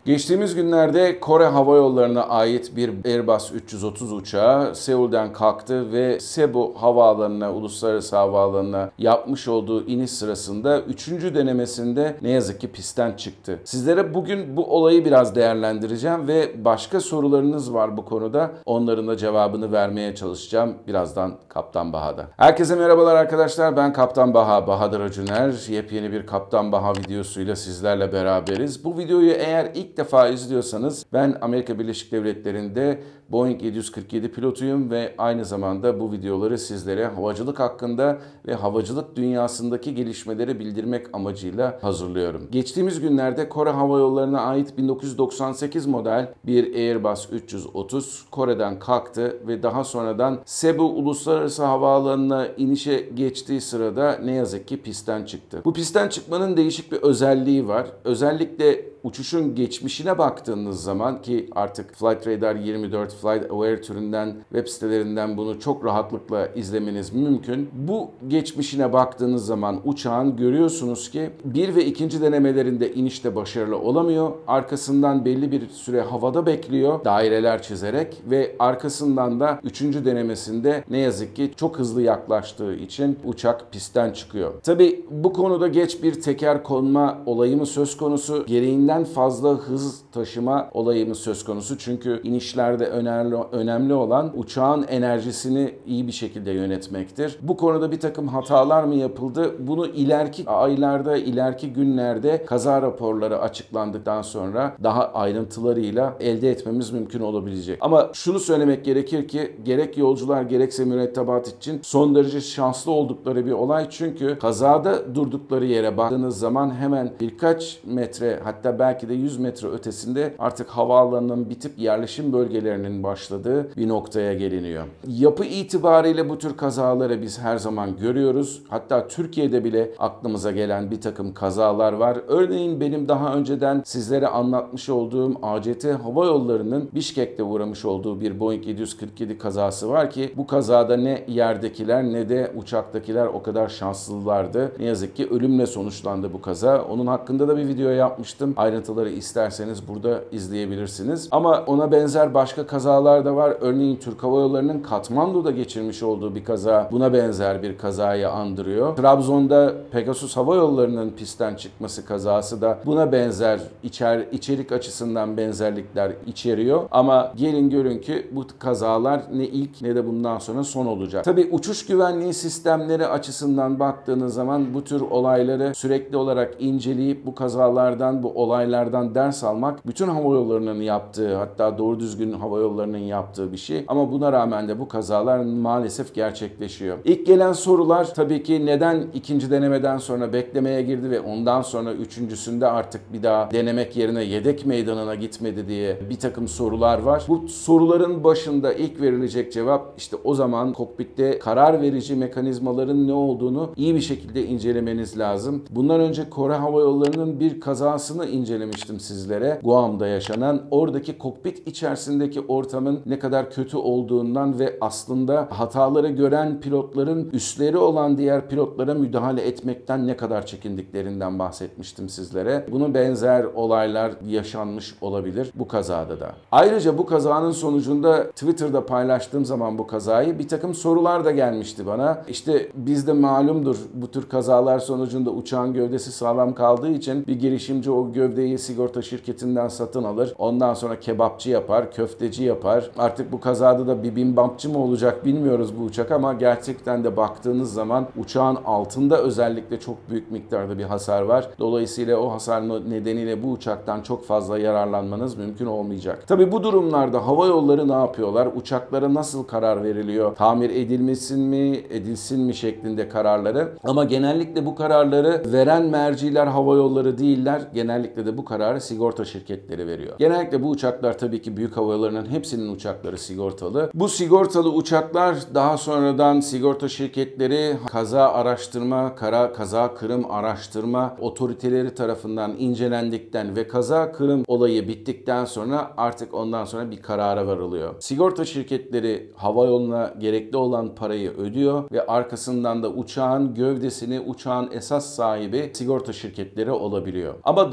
Geçtiğimiz günlerde Kore Hava Yolları'na ait bir Airbus 330 uçağı Seul'den kalktı ve Cebu Havaalanı'na, uluslararası havaalanına yapmış olduğu iniş sırasında 3. denemesinde ne yazık ki pistten çıktı. Sizlere bugün bu olayı biraz değerlendireceğim ve başka sorularınız var bu konuda. Onların da cevabını vermeye çalışacağım birazdan Kaptan Baha'da. Herkese merhabalar arkadaşlar, ben Kaptan Baha, Bahadır Acuner. Yepyeni bir Kaptan Baha videosuyla sizlerle beraberiz. Bu videoyu eğer ilk defa izliyorsanız ben Amerika Birleşik Devletleri'nde Boeing 747 pilotuyum ve aynı zamanda bu videoları sizlere havacılık hakkında ve havacılık dünyasındaki gelişmeleri bildirmek amacıyla hazırlıyorum. Geçtiğimiz günlerde Kore Hava Yolları'na ait 1998 model bir Airbus 330 Kore'den kalktı ve daha sonradan Cebu Uluslararası Havaalanı'na inişe geçtiği sırada ne yazık ki pistten çıktı. Bu pistten çıkmanın değişik bir özelliği var. Özellikle uçuşun geçmişine baktığınız zaman, ki artık Flight Radar 24, Flight Aware türünden web sitelerinden bunu çok rahatlıkla izlemeniz mümkün. Bu geçmişine baktığınız zaman uçağın görüyorsunuz ki 1 ve 2. denemelerinde inişte başarılı olamıyor. Arkasından belli bir süre havada bekliyor daireler çizerek ve arkasından da 3. denemesinde ne yazık ki çok hızlı yaklaştığı için uçak pistten çıkıyor. Tabii bu konuda geç bir teker konma olayı mı söz konusu, gereğinden fazla hız taşıma olayı mı söz konusu? Çünkü inişlerde önemli olan uçağın enerjisini iyi bir şekilde yönetmektir. Bu konuda bir takım hatalar mı yapıldı? Bunu ileriki aylarda, ileriki günlerde kaza raporları açıklandıktan sonra daha ayrıntılarıyla elde etmemiz mümkün olabilecek. Ama şunu söylemek gerekir ki gerek yolcular gerekse mürettebat için son derece şanslı oldukları bir olay. Çünkü kazada durdukları yere baktığınız zaman hemen birkaç metre, hatta belki de 100 metre ötesinde artık havaalanının bitip yerleşim bölgelerinin başladığı bir noktaya geliniyor. Yapı itibariyle bu tür kazaları biz her zaman görüyoruz. Hatta Türkiye'de bile aklımıza gelen bir takım kazalar var. Örneğin benim daha önceden sizlere anlatmış olduğum ACT Hava Yolları'nın Bişkek'te uğramış olduğu bir Boeing 747 kazası var ki bu kazada ne yerdekiler ne de uçaktakiler o kadar şanslılardı. Ne yazık ki ölümle sonuçlandı bu kaza. Onun hakkında da bir video yapmıştım. Ayrıntıları isterseniz burada izleyebilirsiniz. Ama ona benzer başka kazalar da var. Örneğin Türk Hava Yolları'nın Katmandu'da geçirmiş olduğu bir kaza buna benzer bir kazayı andırıyor. Trabzon'da Pegasus Hava Yolları'nın pistten çıkması kazası da buna benzer içerik açısından benzerlikler içeriyor. Ama gelin görün ki bu kazalar ne ilk ne de bundan sonra son olacak. Tabii uçuş güvenliği sistemleri açısından baktığınız zaman bu tür olayları sürekli olarak inceleyip bu kazalardan, bu olaylardan ders almak bütün hava yollarının yaptığı, hatta doğru düzgün hava yollarının yaptığı bir şey. Ama buna rağmen de bu kazalar maalesef gerçekleşiyor. İlk gelen sorular tabii ki neden 2. denemeden sonra beklemeye girdi ve ondan sonra 3.'sünde artık bir daha denemek yerine yedek meydanına gitmedi diye bir takım sorular var. Bu soruların başında ilk verilecek cevap işte o zaman kokpitte karar verici mekanizmaların ne olduğunu iyi bir şekilde incelemeniz lazım. Bundan önce Kore Hava Yolları'nın bir kazasını incelemiştim sizlere. Guam'da yaşanan, oradaki kokpit içerisindeki ortamın ne kadar kötü olduğundan ve aslında hataları gören pilotların üstleri olan diğer pilotlara müdahale etmekten ne kadar çekindiklerinden bahsetmiştim sizlere. Buna benzer olaylar yaşanmış olabilir bu kazada da. Ayrıca bu kazanın sonucunda Twitter'da paylaştığım zaman bu kazayı bir takım sorular da gelmişti bana. İşte bizde malumdur bu tür kazalar sonucunda uçağın gövdesi sağlam kaldığı için bir girişimci o gövdeyi sigorta şirketinden satın alır. Ondan sonra kebapçı yapar, köfteci yapar. Artık bu kazada da bir bimbapçı mı olacak bilmiyoruz bu uçak ama gerçekten de baktığınız zaman uçağın altında özellikle çok büyük miktarda bir hasar var. Dolayısıyla o hasar nedeniyle bu uçaktan çok fazla yararlanmanız mümkün olmayacak. Tabii bu durumlarda hava yolları ne yapıyorlar? Uçaklara nasıl karar veriliyor? Tamir edilmesin mi, edilsin mi şeklinde kararları. Ama genellikle bu kararları veren merciler hava yolları değiller. Genellikle de bu kararı sigorta şirketleri veriyor. Genellikle bu uçaklar tabii ki büyük hava yollarının hepsinin uçakları sigortalı. Bu sigortalı uçaklar daha sonradan sigorta şirketleri kaza araştırma, kaza kırım araştırma otoriteleri tarafından incelendikten ve kaza kırım olayı bittikten sonra artık ondan sonra bir karara varılıyor. Sigorta şirketleri hava yoluna gerekli olan parayı ödüyor ve arkasından da uçağın gövdesini, uçağın esas sahibi sigorta şirketleri olabiliyor. Ama daha önce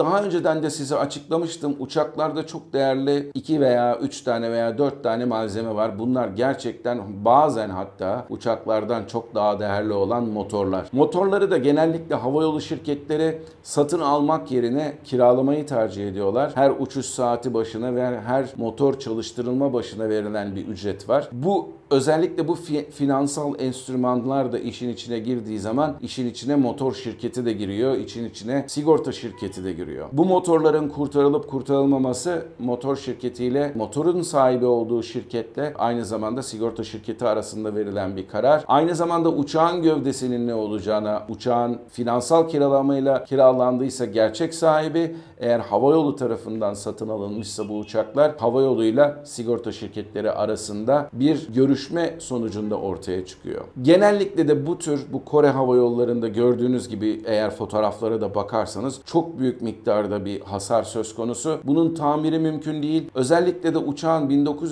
önceden de size açıklamıştım. Uçaklarda çok değerli 2 veya 3 tane veya 4 tane malzeme var. Bunlar gerçekten bazen hatta uçaklardan çok daha değerli olan motorlar. Motorları da genellikle havayolu şirketleri satın almak yerine kiralamayı tercih ediyorlar. Her uçuş saati başına ve her motor çalıştırılma başına verilen bir ücret var. Bu özellikle bu finansal enstrümanlar da işin içine girdiği zaman işin içine motor şirketi de giriyor, işin içine sigorta şirketi de giriyor. Bu motorların kurtarılıp kurtarılmaması motor şirketiyle motorun sahibi olduğu şirketle aynı zamanda sigorta şirketi arasında verilen bir karar. Aynı zamanda uçağın gövdesinin ne olacağına, uçağın finansal kiralamayla kiralandıysa gerçek sahibi, eğer havayolu tarafından satın alınmışsa bu uçaklar havayoluyla sigorta şirketleri arasında bir görüşme sonucunda ortaya çıkıyor. Genellikle de bu Kore Hava Yolları'nda gördüğünüz gibi eğer fotoğraflara da bakarsanız çok büyük miktarda bir hasar söz konusu. Bunun tamiri mümkün değil. Özellikle de uçağın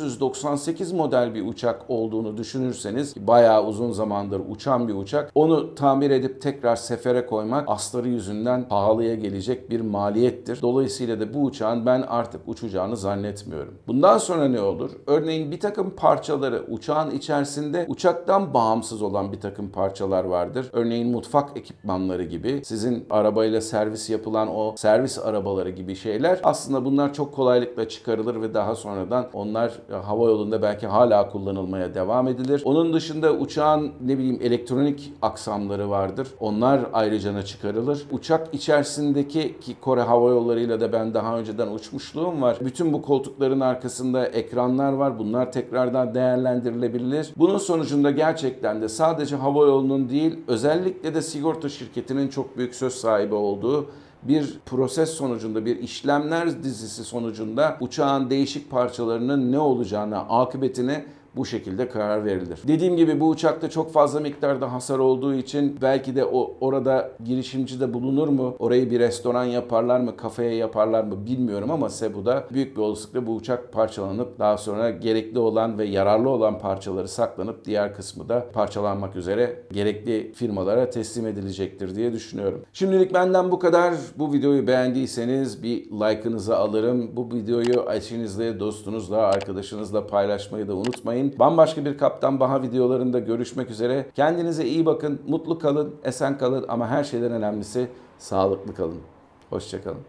1998 model bir uçak olduğunu düşünürseniz, bayağı uzun zamandır uçan bir uçak, onu tamir edip tekrar sefere koymak astarı yüzünden pahalıya gelecek bir maliyettir. Dolayısıyla da bu uçağın ben artık uçacağını zannetmiyorum. Bundan sonra ne olur? Örneğin bir takım parçaları uçağın içerisinde uçaktan bağımsız olan bir takım parçalar vardır. Örneğin mutfak ekipmanları gibi, sizin arabayla servis yapılan o servis arabaları gibi şeyler. Aslında bunlar çok kolaylıkla çıkarılır ve daha sonradan onlar hava yolunda belki hala kullanılmaya devam edilir. Onun dışında uçağın elektronik aksamları vardır. Onlar ayrıca çıkarılır. Uçak içerisindeki, ki Kore Hava Yolları'yla da ben daha önceden uçmuşluğum var. Bütün bu koltukların arkasında ekranlar var. Bunlar tekrardan değerlendirilebilir. Bunun sonucunda gerçekten de sadece hava yolunun değil, özellikle de sigorta şirketinin çok büyük söz sahibi olduğu bir proses sonucunda, bir işlemler dizisi sonucunda uçağın değişik parçalarının ne olacağına, akıbetine bu şekilde karar verilir. Dediğim gibi bu uçakta çok fazla miktarda hasar olduğu için belki de orada girişimci de bulunur mu? Orayı bir restoran yaparlar mı? Kafeye yaparlar mı? Bilmiyorum ama Cebu'da büyük bir olasılıkla bu uçak parçalanıp daha sonra gerekli olan ve yararlı olan parçaları saklanıp diğer kısmı da parçalanmak üzere gerekli firmalara teslim edilecektir diye düşünüyorum. Şimdilik benden bu kadar. Bu videoyu beğendiyseniz bir like'ınızı alırım. Bu videoyu eşinizle, dostunuzla, arkadaşınızla paylaşmayı da unutmayın. Bambaşka bir Kaptan Baha videolarında görüşmek üzere. Kendinize iyi bakın, mutlu kalın, esen kalın ama her şeyden önemlisi sağlıklı kalın. Hoşça kalın.